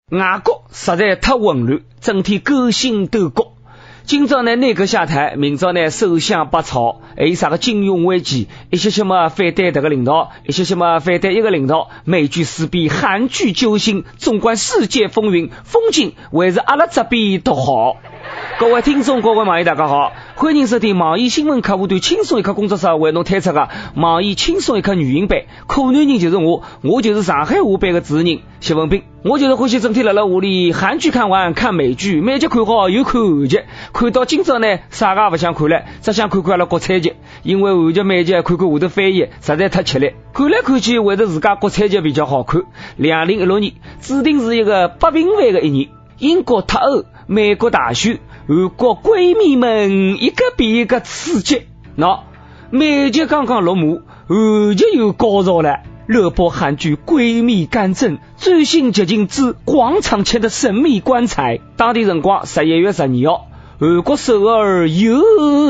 外国实在太混乱，整天勾心斗角。今朝呢内阁下台，明朝呢首相拔草，还有啥个金融危机，一些什么反对这个领导，一些什么反对一个领导，美剧撕逼，韩剧揪心，纵观世界风云，风景还是阿拉这边独好。各位听众，各位网友大家好，欢迎收听网易新闻客户端轻松一刻工作室为侬推出的网易轻松一刻语音版。可男人就是我就是上海话版的主持人谢文斌。我就是欢喜整天辣屋里韩剧看完看美剧，每集看好又看韩剧，看到今朝呢啥个也不想看了，只想看看阿拉国产剧，因为韩剧美剧看看下头翻译实在太吃力，看来看去还是自家国产剧比较好看。2016年注定是一个不平凡的一年，英国脱欧，美国大选，韩国闺蜜们一个比一个刺激。美剧刚刚落幕，韩剧又高潮了。热播韩剧《闺蜜干政》最新剧情之广场前的神秘棺材。当地辰光11月12号，韩国首尔又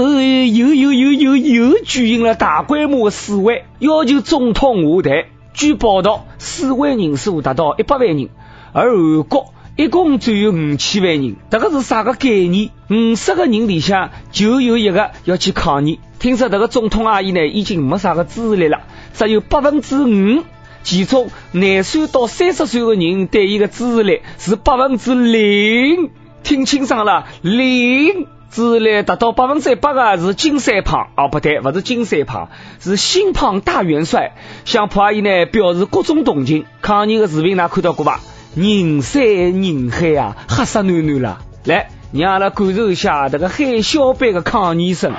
举行了大规模示威，要求总统下台。据报道，示威人数达到100万人，而韩国一共只有5000万人。这个是啥个概念？50个人里向就有一个要去抗议。听说这个总统阿姨呢已经没啥个资历了，只有5%。其中廿岁到30岁的人对伊个资历是0%。听清爽了，0。资历达到100%的是金三胖，不对，不是金三胖，是新胖大元帅。向普阿姨呢表示各种同情。抗议的视频哪看到过吧？人山人海啊，吓死囡囡了。来，让阿拉感受一下这个海啸般的抗议声。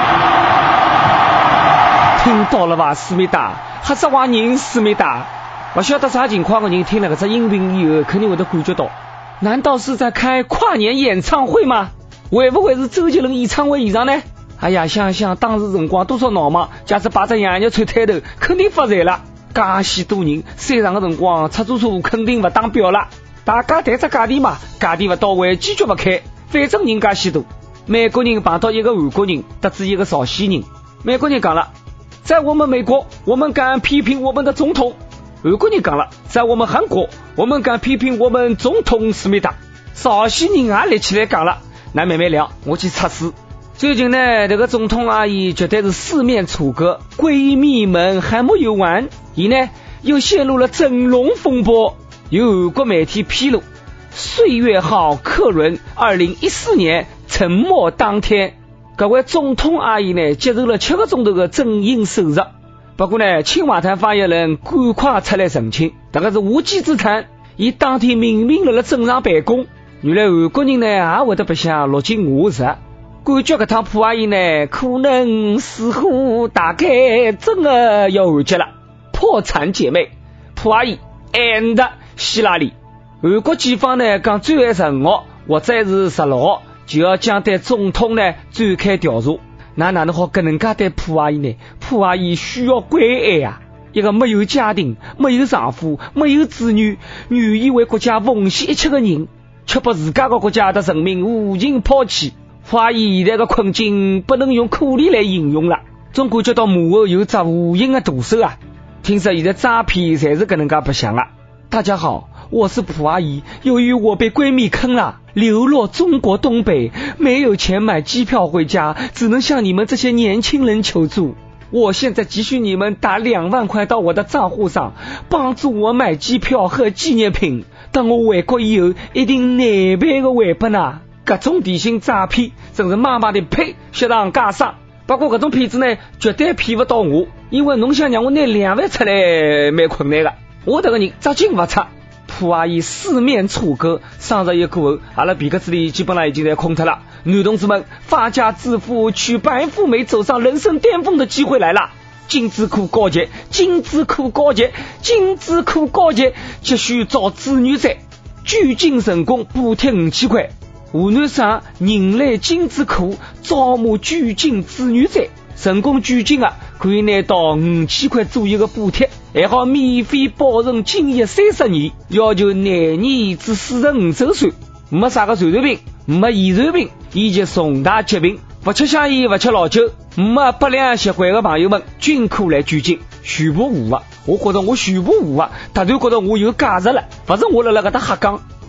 听到了吧，思密达，吓死哇人，思密达。不晓得啥情况的人听了这只音频以后，肯定会得感觉到，难道是在开跨年演唱会吗？会不会是周杰伦演唱会现场呢？哎呀，想想当时辰光多少闹嘛，假使把这羊肉吹推头，肯定发财了。介许多人，山上的辰光出租车肯定不当表了。大家谈只价钿嘛，价钿不到位，坚决不开。反正人介许多。美国人碰到一个韩国人，得知一个朝鲜人。美国人讲了，在我们美国，我们敢批评我们的总统。韩国人讲了，在我们韩国，我们敢批评我们总统思密达。朝鲜人也立起来讲了，那慢慢聊，我去测试。最近呢，这个总统阿姨绝对是四面楚歌，闺蜜们还没有完，伊呢又陷入了整容风波。有韩国媒体披露，岁月号客轮2014年沉没当天，各位总统阿姨呢接受了7个钟头的整形手术。不过呢，青瓦台发言人赶快出来澄清，这个是无稽之谈。伊当天明明了正常办公。原来韩国人呢也会得不想落进我实，感觉搿趟普阿姨呢可能似乎大概真的要完结了。破产姐妹普阿姨 and 希拉里。韩国检方呢讲3月15号或者是16号就要将对总统呢展开调查。哪能好搿能介对普阿姨呢？普阿姨需要关爱啊！一个没有家庭、没有丈夫、没有子女，愿意为国家奉献一切的人，却把自家的国家的人民无情抛弃。普阿姨现在的困境不能用可怜来形容了，总感觉到幕后有只无形的毒手啊！听说现在诈骗才是搿能介不祥啊！大家好，我是普阿姨，由于我被闺蜜坑了，流落中国东北，没有钱买机票回家，只能向你们这些年轻人求助。我现在急需你们打2万块到我的账户上，帮助我买机票和纪念品。等我回国以后，一定难办的回本啊！各种电信诈骗，真是妈妈的呸，雪上加霜。不过这种骗子呢，绝对骗不到我，因为侬想让我拿2万出来，蛮困难的。我这个人扎劲不差。普阿姨四面楚歌，31日过后，阿拉皮克斯里基本上已经在空脱了。女同志们，发家致富、娶白富美，走上人生巅峰的机会来了！精致裤高级，精致裤高级，精致裤高级，急需找子女债，拒进成功补贴5000块。湖南省人类精致裤招募拒进子女债，成功拒进啊，可以拿到5000块左右的补贴，还好免费保存精液30年，要求男儿至45周岁，没啥个传染病，没遗传病以及重大疾病，不吃香烟，不吃老酒，没不良习惯的朋友们均可来拒进。全部符合，我觉得我全部符合，突然觉得我有价值了，不是我辣搿搭瞎讲。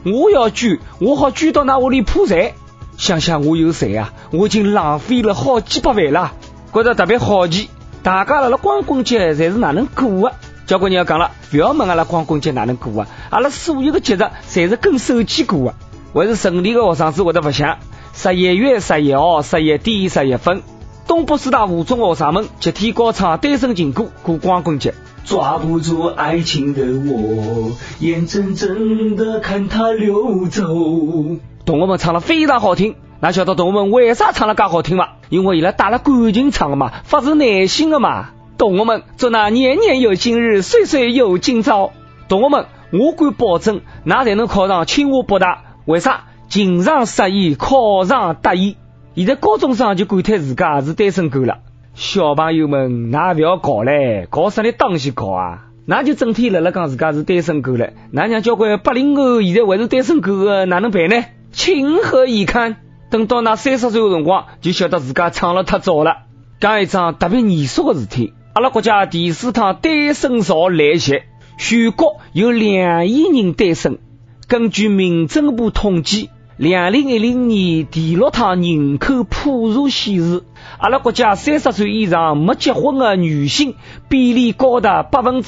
我要捐，我好捐到那屋里破财。想想我有谁啊，我已经浪费了好几百万了，觉得特别好奇，大家辣光棍节侪是哪能过的？交关人讲了，不要问阿拉光棍节哪能过啊，阿拉所有的节日侪是跟手机过的。还是城里的学生子会得不想11月11号11点11分，东北师大五中学生们集体高唱单身情歌过光棍节。抓不住爱情的我，眼睁睁地看它流走。同学们唱了非常好听，那晓得同学们为啥唱了介好听吗？因为伊拉带了感情唱的嘛，发自内心的嘛。同学们，祝那年年有今日，岁岁有今朝。同学们，我敢保证，那才能考上清华北大。为啥？经常失意，考上得意。现在高中生就感叹自家是单身狗了。小朋友们，那不要搞嘞，搞啥哩当心搞啊！那就整天辣讲自家是单身狗了，那让交关80后现在还是单身狗的，哪能办呢？情何以堪？等到那30岁的辰光，就晓得自家唱了太早了。讲一桩特别严肃的事体，阿拉国家第4趟单身潮来袭，全国有2亿人单身。根据民政部统计，2010年第6趟人口普查显示，阿拉国家30岁以上没结婚的女性比例高达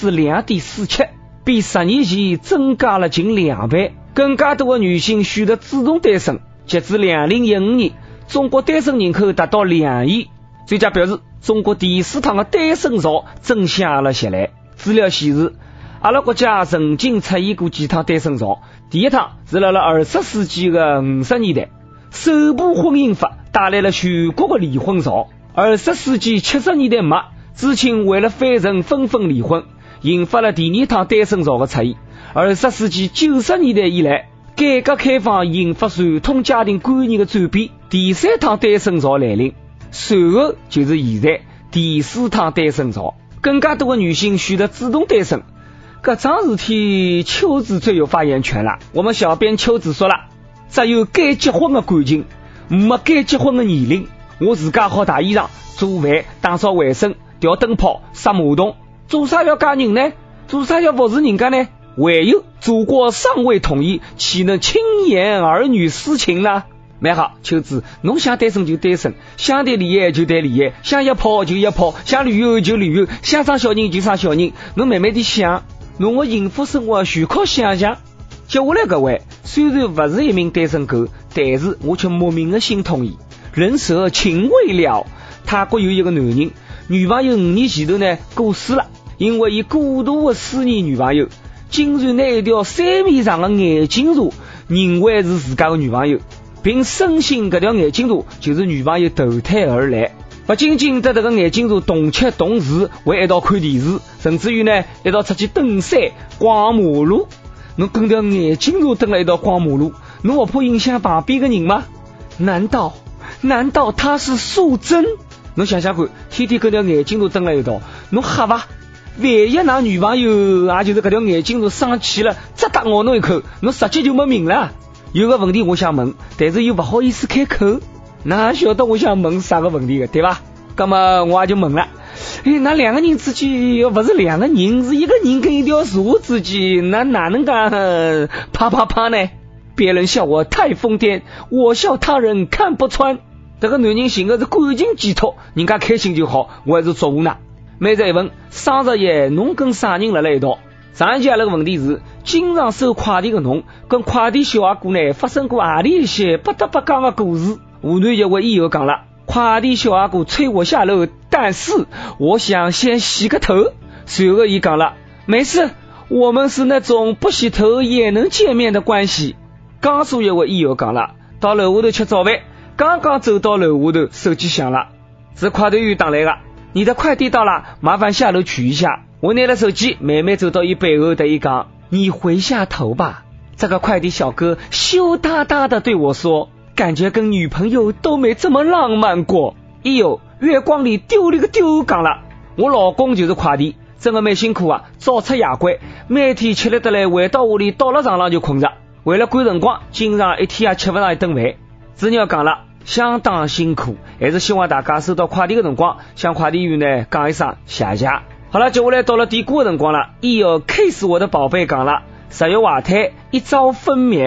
2.47%， 比10年前增加了近2倍。更加多的女性选择主动单身。截至2015年，中国单身人口达到2亿。专家表示，中国第4趟的单身潮正向了袭来。资料显示，阿拉国家曾经出现过几趟单身潮。第1趟是辣20世纪的50年代，首部婚姻法带来了全国的离婚潮。20世纪70年代末，知青为了反正纷纷离婚，引发了第2趟单身潮的出现。20世纪90年代以来，改革开放引发传统家庭观念的转变，第3趟单身潮来临，随后就是现在第4趟单身潮。更加多的女性选择主动单身。搿桩事体秋子最有发言权了。我们小编秋子说了，只有该结婚的感情，没该结婚的年龄。我自家好洗衣裳、做饭、打扫卫生、调灯泡、刷马桶，做啥要嫁人呢？做啥要服侍人家呢？唯有祖国尚未统一，岂能轻言儿女私情呢？蛮好，秋子，侬想单身就单身，想谈恋爱就谈恋爱，想一泡就一泡，想旅游就旅游，想生小人就生小人。侬慢慢地想，侬的幸福生活全靠想象。接下来各位，虽然不是一名单身狗，但是我却莫名的心痛伊。人舍情未了，泰国有一个男人，女朋友5年前头呢过世了，因为伊过度的思念女朋友，竟然拿一条3米长的眼镜蛇认为是自家的女朋友，并深信这条眼镜蛇就是女朋友投胎而来。不仅仅得这个眼镜蛇同吃同住，会一道看电视，甚至于呢一道出去登山逛马路。侬跟条眼镜蛇登了一道逛马路，侬不怕影响旁边的人吗？难道他是素贞？侬想想看，天天跟条眼镜蛇登了一道，侬吓吧？万一那女朋友也就是这条眼镜蛇生气了，只打咬侬一口，侬实际就没命了。有个问题我想问，但是又不好意思开口，哪晓得我想问啥个问题的，对吧？那么我也就问了，那2个人之间又不是2个人，是1个人跟一条蛇之间，那哪能讲啪呢？别人笑我太疯癫，我笑他人看不穿。这个男人寻的是感情寄托，人家开心就好，我还是祝福呢。每日一问，生日夜侬跟啥人辣一道？上一期那个问题是，经常收快递的侬跟快递小阿哥呢发生过何里一些不得不讲的故事？湖南一位医友讲了，快递小阿哥催我下楼，但是我想先洗个头。随后伊讲了，没事，我们是那种不洗头也能见面的关系。江苏一位医友讲了，到楼下头吃早饭，刚刚走到楼下头，手机响了，是快递员打来的，你的快递到了，麻烦下楼取一下。我拿了手机，慢慢走到伊背后的一讲，你回下头吧。这个快递小哥羞答答的对我说，感觉跟女朋友都没这么浪漫过。医友月光里丢了个丢讲了，我老公就是快递，真的蛮辛苦啊，早出夜归，每天吃力得来，回到屋里到了床上就困着，为了赶辰光，经常一天也吃不上一顿饭。子鸟讲了，相当辛苦，还是希望大家收到快递的辰光，向快递员呢讲一声谢谢。好了，接下来到了点歌的辰光了。医友 case 我的宝贝讲了，10月怀胎，一朝分娩，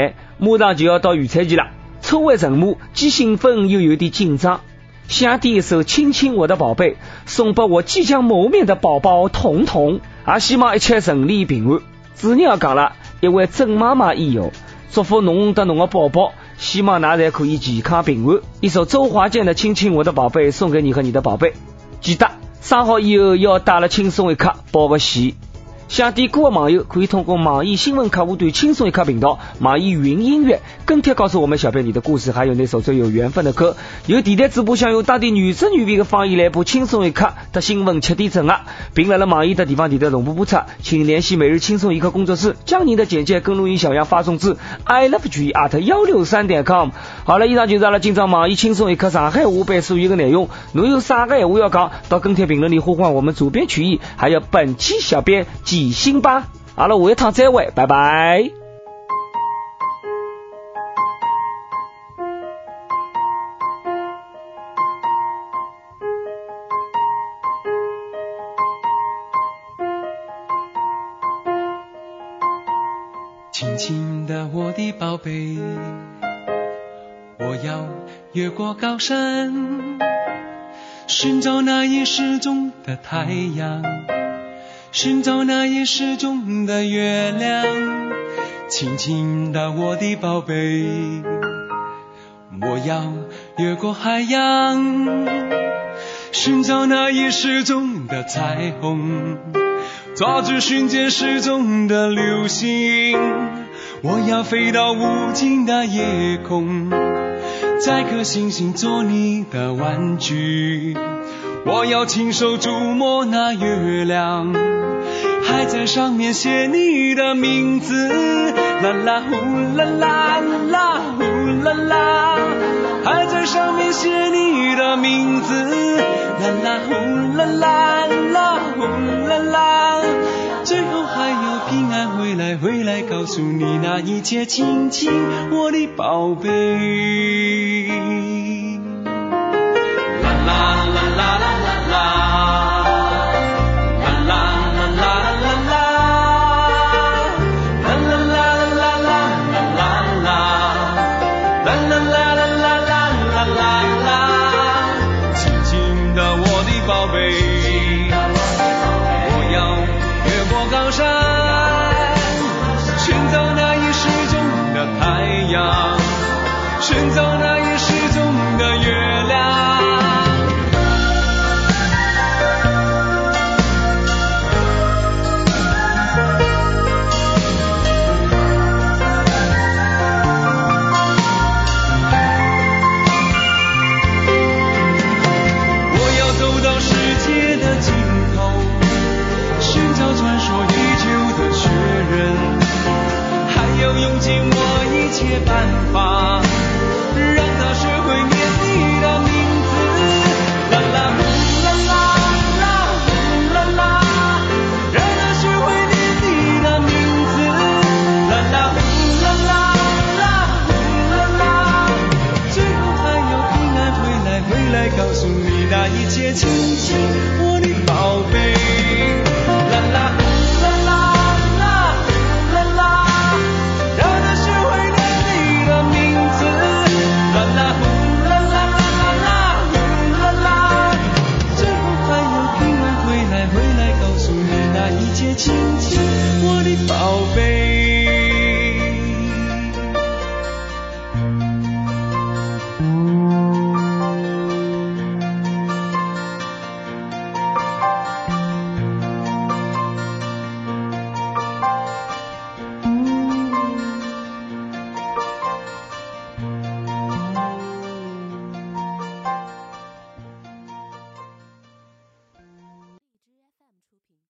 马上就要到预产期了，初为人母，既兴奋又有点紧张。想第一手亲亲我的宝贝，送给我即将谋面的宝宝彤彤，也希望一切顺利平安。主人也讲了，一位郑妈妈以后，祝福侬和侬的宝宝，希望大家可以健康平安。一首周华健的亲亲我的宝贝送给你和你的宝贝。记得生好以后要带了轻松一刻报个喜。想点歌的网友可以通过网易新闻客户端轻松一刻频道、网易云音乐跟帖告诉我们小编你的故事，还有那首最有缘分的歌。有电台主播想用当地原汁原味的方言来播轻松一刻的新闻7点整啊，并来了网易的地方电台同步播出，请联系每日轻松一刻工作室，将您的简介跟录音小样发送至 iLoveG@163.com。好了，以上就是阿拉今朝网易轻松一刻上海话版所有的内容。侬有啥个话要讲，到跟帖评论里呼唤我们主编曲艺，还有本期小编几星吧。好了，下一趟再会，拜拜。 亲亲的我的宝贝，我要越过高山，寻找那已失踪的太阳，寻找那已失踪的月亮。亲亲的我的宝贝，我要越过海洋，寻找那已失踪的彩虹，抓住瞬间失踪的流星。我要飞到无尽的夜空，摘颗星星做你的玩具。我要亲手触摸那月亮，还在上面写你的名字。啦啦呼啦啦啦呼啦啦，还在上面写你的名字。啦啦呼啦啦啦呼啦啦，最后还要平安回来，回来告诉你那一切。亲亲我的宝贝。啦啦啦啦啦啦寻找那已失踪的月亮。我要走到世界的尽头，寻找传说已久的确认，还要用尽我一切办法，让